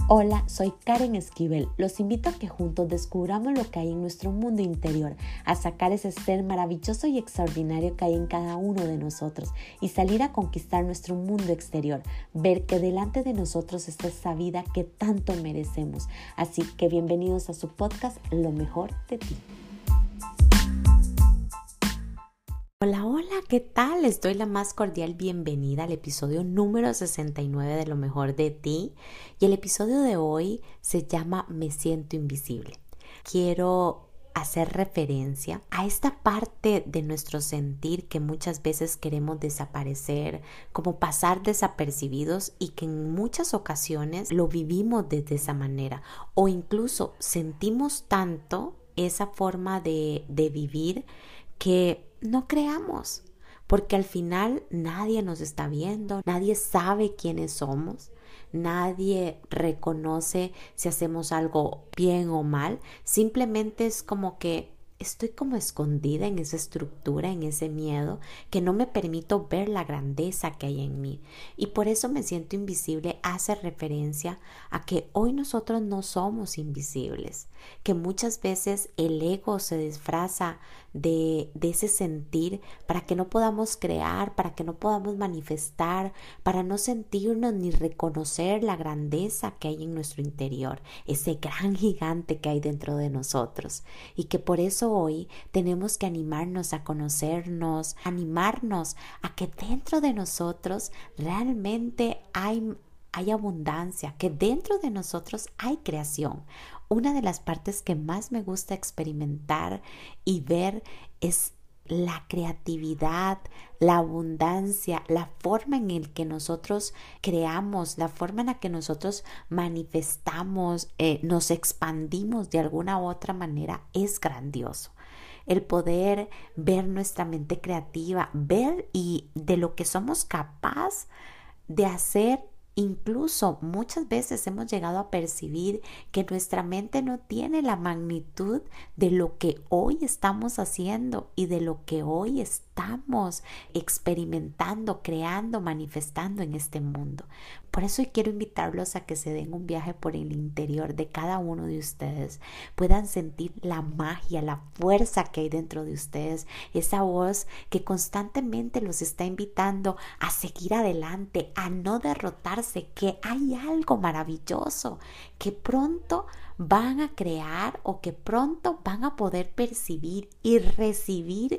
Hola, soy Karen Esquivel. Los invito a que juntos descubramos lo que hay en nuestro mundo interior, a sacar ese ser maravilloso y extraordinario que hay en cada uno de nosotros y salir a conquistar nuestro mundo exterior, ver que delante de nosotros está esa vida que tanto merecemos. Así que bienvenidos a su podcast Lo Mejor de Ti. Hola, ¿qué tal? Les doy la más cordial bienvenida al episodio número 69 de Lo Mejor de Ti. Y el episodio de hoy se llama Me siento invisible. Quiero hacer referencia a esta parte de nuestro sentir que muchas veces queremos desaparecer, como pasar desapercibidos y que en muchas ocasiones lo vivimos desde esa manera o incluso sentimos tanto esa forma de vivir que no creamos, porque al final nadie nos está viendo, nadie sabe quiénes somos, nadie reconoce si hacemos algo bien o mal, simplemente es como que estoy como escondida en esa estructura, en ese miedo, que no me permito ver la grandeza que hay en mí. Y por eso me siento invisible hace referencia a que hoy nosotros no somos invisibles, que muchas veces el ego se disfraza de ese sentir para que no podamos crear, para que no podamos manifestar, para no sentirnos ni reconocer la grandeza que hay en nuestro interior, ese gran gigante que hay dentro de nosotros. Y que por eso hoy tenemos que animarnos a conocernos, animarnos a que dentro de nosotros realmente hay abundancia, que dentro de nosotros hay creación. Una de las partes que más me gusta experimentar y ver es la creatividad, la abundancia, la forma en la que nosotros creamos, la forma en la que nosotros manifestamos, nos expandimos de alguna u otra manera es grandioso. El poder ver nuestra mente creativa, ver y de lo que somos capaces de hacer. Incluso muchas veces hemos llegado a percibir que nuestra mente no tiene la magnitud de lo que hoy estamos haciendo y de lo que hoy estamos experimentando, creando, manifestando en este mundo. Por eso quiero invitarlos a que se den un viaje por el interior de cada uno de ustedes, puedan sentir la magia, la fuerza que hay dentro de ustedes, esa voz que constantemente los está invitando a seguir adelante, a no derrotarse, que hay algo maravilloso, que pronto van a crear o que pronto van a poder percibir y recibir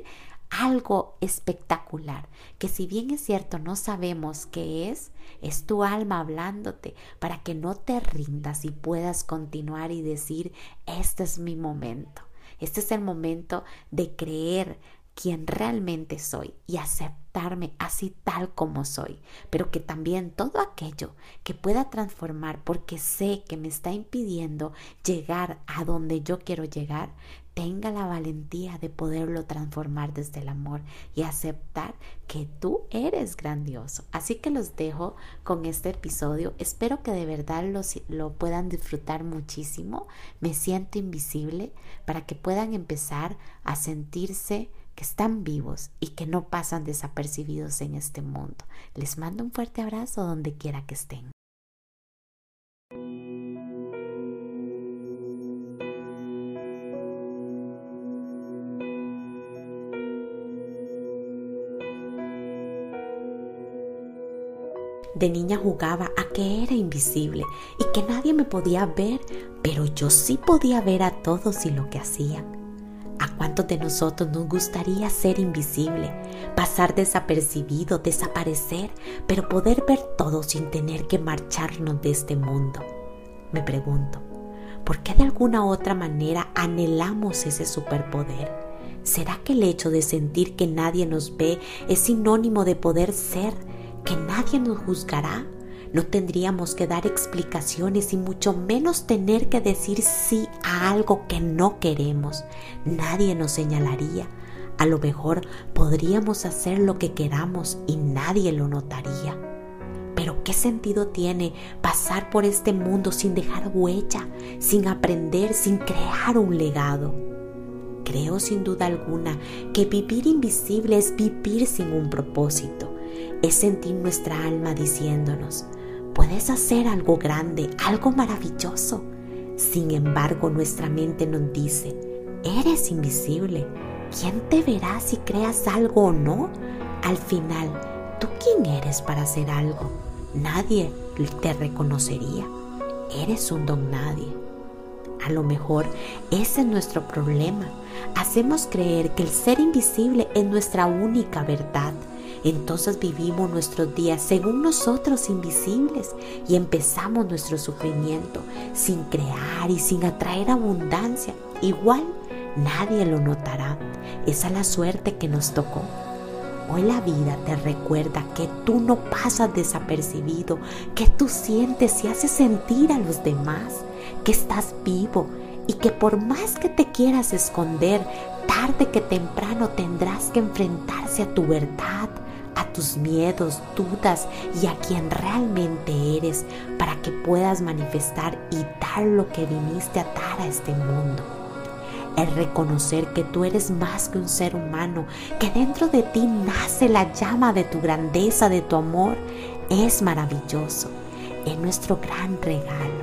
algo espectacular, que si bien es cierto no sabemos qué es tu alma hablándote para que no te rindas y puedas continuar y decir, este es mi momento, este es el momento de creer quién realmente soy y aceptarme así tal como soy, pero que también todo aquello que pueda transformar porque sé que me está impidiendo llegar a donde yo quiero llegar, tenga la valentía de poderlo transformar desde el amor y aceptar que tú eres grandioso. Así que los dejo con este episodio. Espero que de verdad lo puedan disfrutar muchísimo. Me siento invisible para que puedan empezar a sentirse que están vivos y que no pasan desapercibidos en este mundo. Les mando un fuerte abrazo donde quiera que estén. De niña jugaba a que era invisible y que nadie me podía ver, pero yo sí podía ver a todos y lo que hacían. ¿A cuántos de nosotros nos gustaría ser invisible, pasar desapercibido, desaparecer, pero poder ver todo sin tener que marcharnos de este mundo? Me pregunto, ¿por qué de alguna u otra manera anhelamos ese superpoder? ¿Será que el hecho de sentir que nadie nos ve es sinónimo de poder ser, que nadie nos juzgará? No tendríamos que dar explicaciones y mucho menos tener que decir sí a algo que no queremos. Nadie nos señalaría. A lo mejor podríamos hacer lo que queramos y nadie lo notaría. Pero ¿qué sentido tiene pasar por este mundo sin dejar huella, sin aprender, sin crear un legado? Creo sin duda alguna que vivir invisible es vivir sin un propósito. Es sentir nuestra alma diciéndonos: puedes hacer algo grande, algo maravilloso. Sin embargo, nuestra mente nos dice, eres invisible. ¿Quién te verá si creas algo o no? Al final, ¿tú quién eres para hacer algo? Nadie te reconocería. Eres un don nadie. A lo mejor ese es nuestro problema. Hacemos creer que el ser invisible es nuestra única verdad. Entonces vivimos nuestros días según nosotros invisibles y empezamos nuestro sufrimiento sin crear y sin atraer abundancia. Igual nadie lo notará. Esa es la suerte que nos tocó. Hoy la vida te recuerda que tú no pasas desapercibido, que tú sientes y haces sentir a los demás, que estás vivo y que por más que te quieras esconder, tarde que temprano tendrás que enfrentarse a tu verdad, a tus miedos, dudas y a quien realmente eres para que puedas manifestar y dar lo que viniste a dar a este mundo. El reconocer que tú eres más que un ser humano, que dentro de ti nace la llama de tu grandeza, de tu amor, es maravilloso. Es nuestro gran regalo.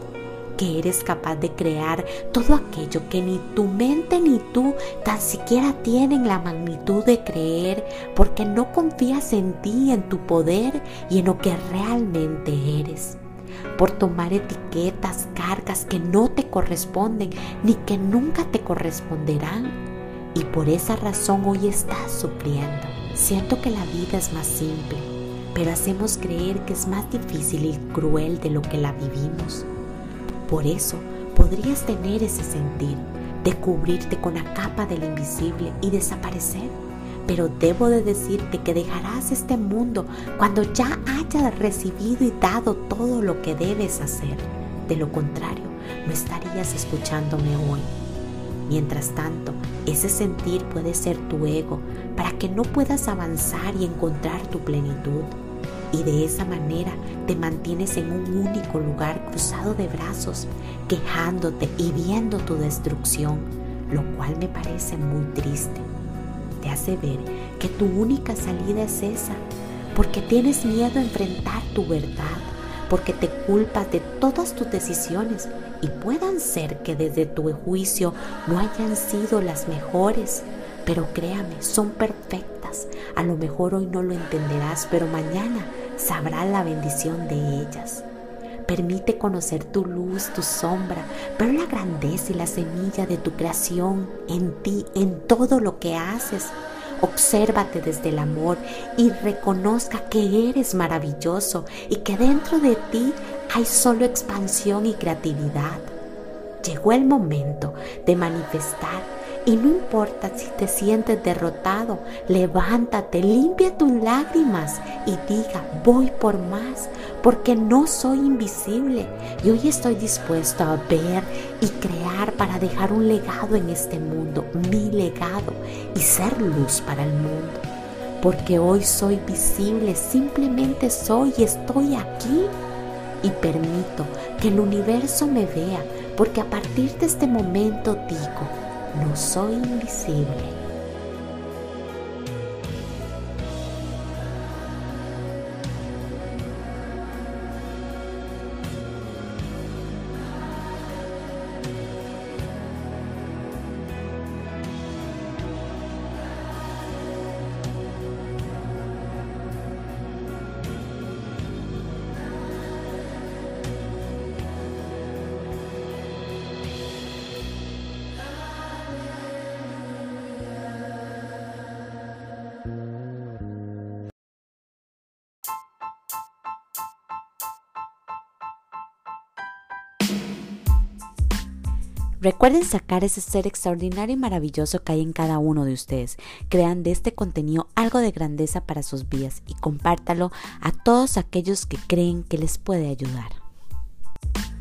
Que eres capaz de crear todo aquello que ni tu mente ni tú tan siquiera tienen la magnitud de creer, porque no confías en ti, en tu poder y en lo que realmente eres. Por tomar etiquetas, cargas que no te corresponden ni que nunca te corresponderán. Y por esa razón hoy estás sufriendo. Siento que la vida es más simple, pero hacemos creer que es más difícil y cruel de lo que la vivimos. Por eso podrías tener ese sentir de cubrirte con la capa del invisible y desaparecer. Pero debo de decirte que dejarás este mundo cuando ya hayas recibido y dado todo lo que debes hacer. De lo contrario, no estarías escuchándome hoy. Mientras tanto, ese sentir puede ser tu ego para que no puedas avanzar y encontrar tu plenitud. Y de esa manera te mantienes en un único lugar cruzado de brazos, quejándote y viendo tu destrucción, lo cual me parece muy triste. Te hace ver que tu única salida es esa, porque tienes miedo a enfrentar tu verdad, porque te culpas de todas tus decisiones y puedan ser que desde tu juicio no hayan sido las mejores, pero créame, son perfectas. A lo mejor hoy no lo entenderás, pero mañana sabrás la bendición de ellas. Permite conocer tu luz, tu sombra, ver la grandeza y la semilla de tu creación en ti, en todo lo que haces. Obsérvate desde el amor y reconozca que eres maravilloso y que dentro de ti hay solo expansión y creatividad. Llegó el momento de manifestar. Y no importa si te sientes derrotado, levántate, limpia tus lágrimas y diga, voy por más, porque no soy invisible y hoy estoy dispuesto a ver y crear para dejar un legado en este mundo, mi legado, y ser luz para el mundo. Porque hoy soy visible, simplemente soy y estoy aquí. Y permito que el universo me vea, porque a partir de este momento digo, no soy invisible. Recuerden sacar ese ser extraordinario y maravilloso que hay en cada uno de ustedes. Crean de este contenido algo de grandeza para sus vidas y compártalo a todos aquellos que creen que les puede ayudar.